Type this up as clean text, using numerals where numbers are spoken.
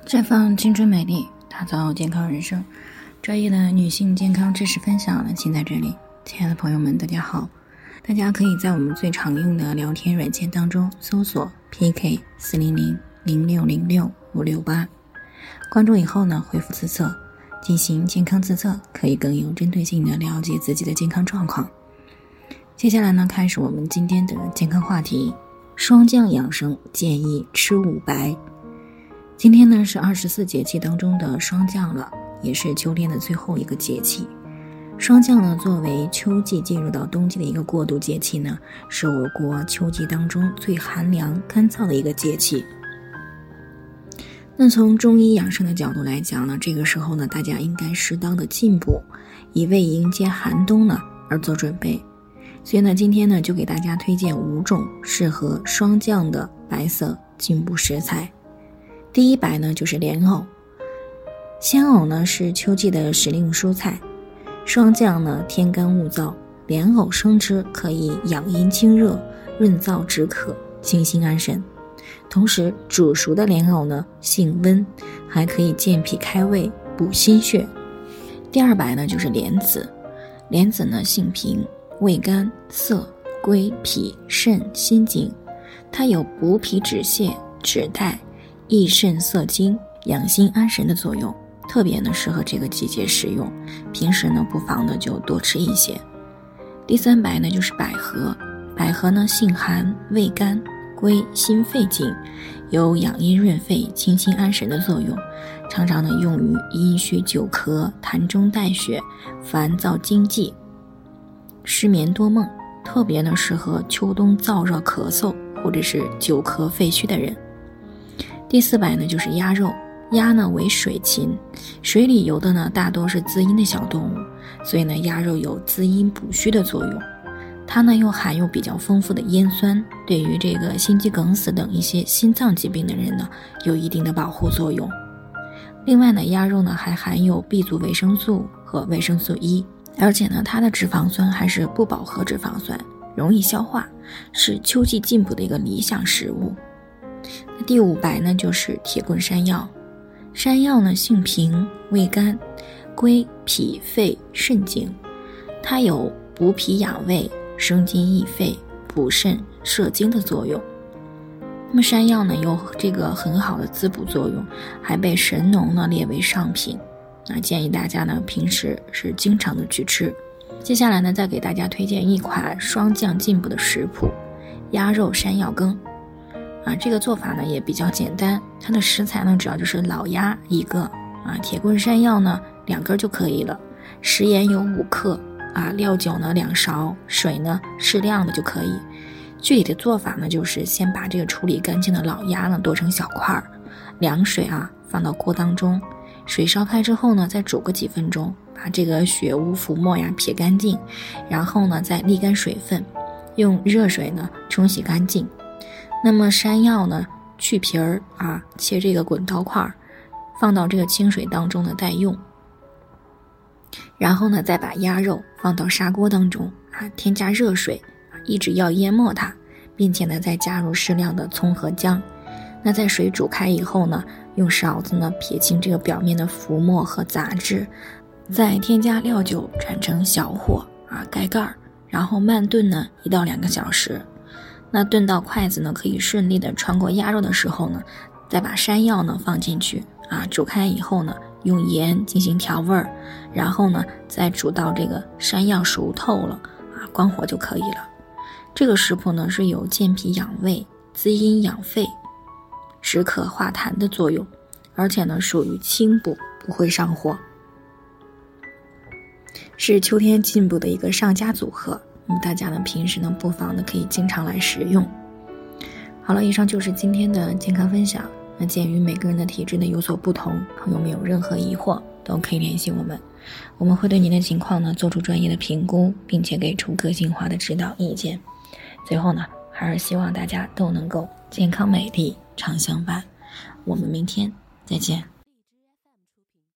绽放青春美丽，打造健康人生。专业的女性健康知识分享呢，请在这里。亲爱的朋友们，大家好。大家可以在我们最常用的聊天软件当中搜索 PK400060658，关注以后呢，回复自测，进行健康自测，可以更有针对性的了解自己的健康状况。接下来呢，开始我们今天的健康话题。霜降养生建议吃五白。今天呢是24节气当中的霜降了，也是秋天的最后一个节气。霜降呢，作为秋季进入到冬季的一个过渡节气呢，是我国秋季当中最寒凉干燥的一个节气。那从中医养生的角度来讲呢，这个时候呢，大家应该适当的进补，以为迎接寒冬呢而做准备。所以呢，今天呢就给大家推荐5种适合霜降的白色进补食材。第一白呢就是莲藕。鲜藕呢是秋季的时令蔬菜，霜降呢天干物燥，莲藕生吃可以养阴清热，润燥止渴，清心安神。同时煮熟的莲藕呢性温，还可以健脾开胃，补心血。第二白呢就是莲子。莲子呢性平，味甘涩，归脾肾心经，它有补脾止泻、止带、益肾涩精、养心安神的作用，特别呢适合这个季节食用，平时呢不妨呢就多吃一些。第三白呢就是百合。百合呢性寒，味甘，归心肺经，有养阴润肺、清心安神的作用，常常呢用于阴虚久咳、痰中带血、烦躁惊悸、失眠多梦，特别呢适合秋冬燥热咳嗽或者是久咳肺虚的人。第四白呢就是鸭肉。鸭呢为水禽，水里游的呢大多是滋阴的小动物，所以呢鸭肉有滋阴补虚的作用。它呢又含有比较丰富的烟酸，对于这个心肌梗死等一些心脏疾病的人呢有一定的保护作用。另外呢，鸭肉呢还含有 B 族维生素和维生素 E， 而且呢它的脂肪酸还是不饱和脂肪酸，容易消化，是秋季进补的一个理想食物。第五白呢就是铁棍山药。山药呢性平，味甘，归脾肺肾经，它有补脾养胃、生津益肺、补肾摄精的作用。那么山药呢有这个很好的滋补作用，还被神农呢列为上品，那建议大家呢平时是经常的去吃。接下来呢再给大家推荐一款霜降进补的食谱，鸭肉山药羹。这个做法呢也比较简单，它的食材呢主要就是老鸭1个，铁棍山药呢2根就可以了，食盐有5克，料酒呢2勺，水呢适量的就可以。具体的做法呢就是先把这个处理干净的老鸭呢剁成小块，凉水放到锅当中，水烧开之后呢再煮个几分钟，把这个血污浮沫撇干净，然后呢再沥干水分，用热水呢冲洗干净。那么山药呢去皮儿切这个滚刀块，放到这个清水当中呢待用。然后呢再把鸭肉放到砂锅当中添加热水，一直要淹没它，并且呢再加入适量的葱和姜。那在水煮开以后呢，用勺子呢撇清这个表面的浮沫和杂质，再添加料酒转成小火盖盖，然后慢炖呢1到2个小时。那炖到筷子呢可以顺利的穿过鸭肉的时候呢，再把山药呢放进去煮开以后呢，用盐进行调味儿，然后呢再煮到这个山药熟透了关火就可以了。这个食谱呢是有健脾养胃、滋阴养肺、止渴化痰的作用，而且呢属于清补，不会上火，是秋天进补的一个上佳组合。大家呢平时呢不妨呢可以经常来食用。好了，以上就是今天的健康分享。那鉴于每个人的体质呢有所不同，朋友们有任何疑惑都可以联系我们，我们会对您的情况呢做出专业的评估，并且给出个性化的指导意见。最后呢还是希望大家都能够健康美丽常相伴。我们明天再见。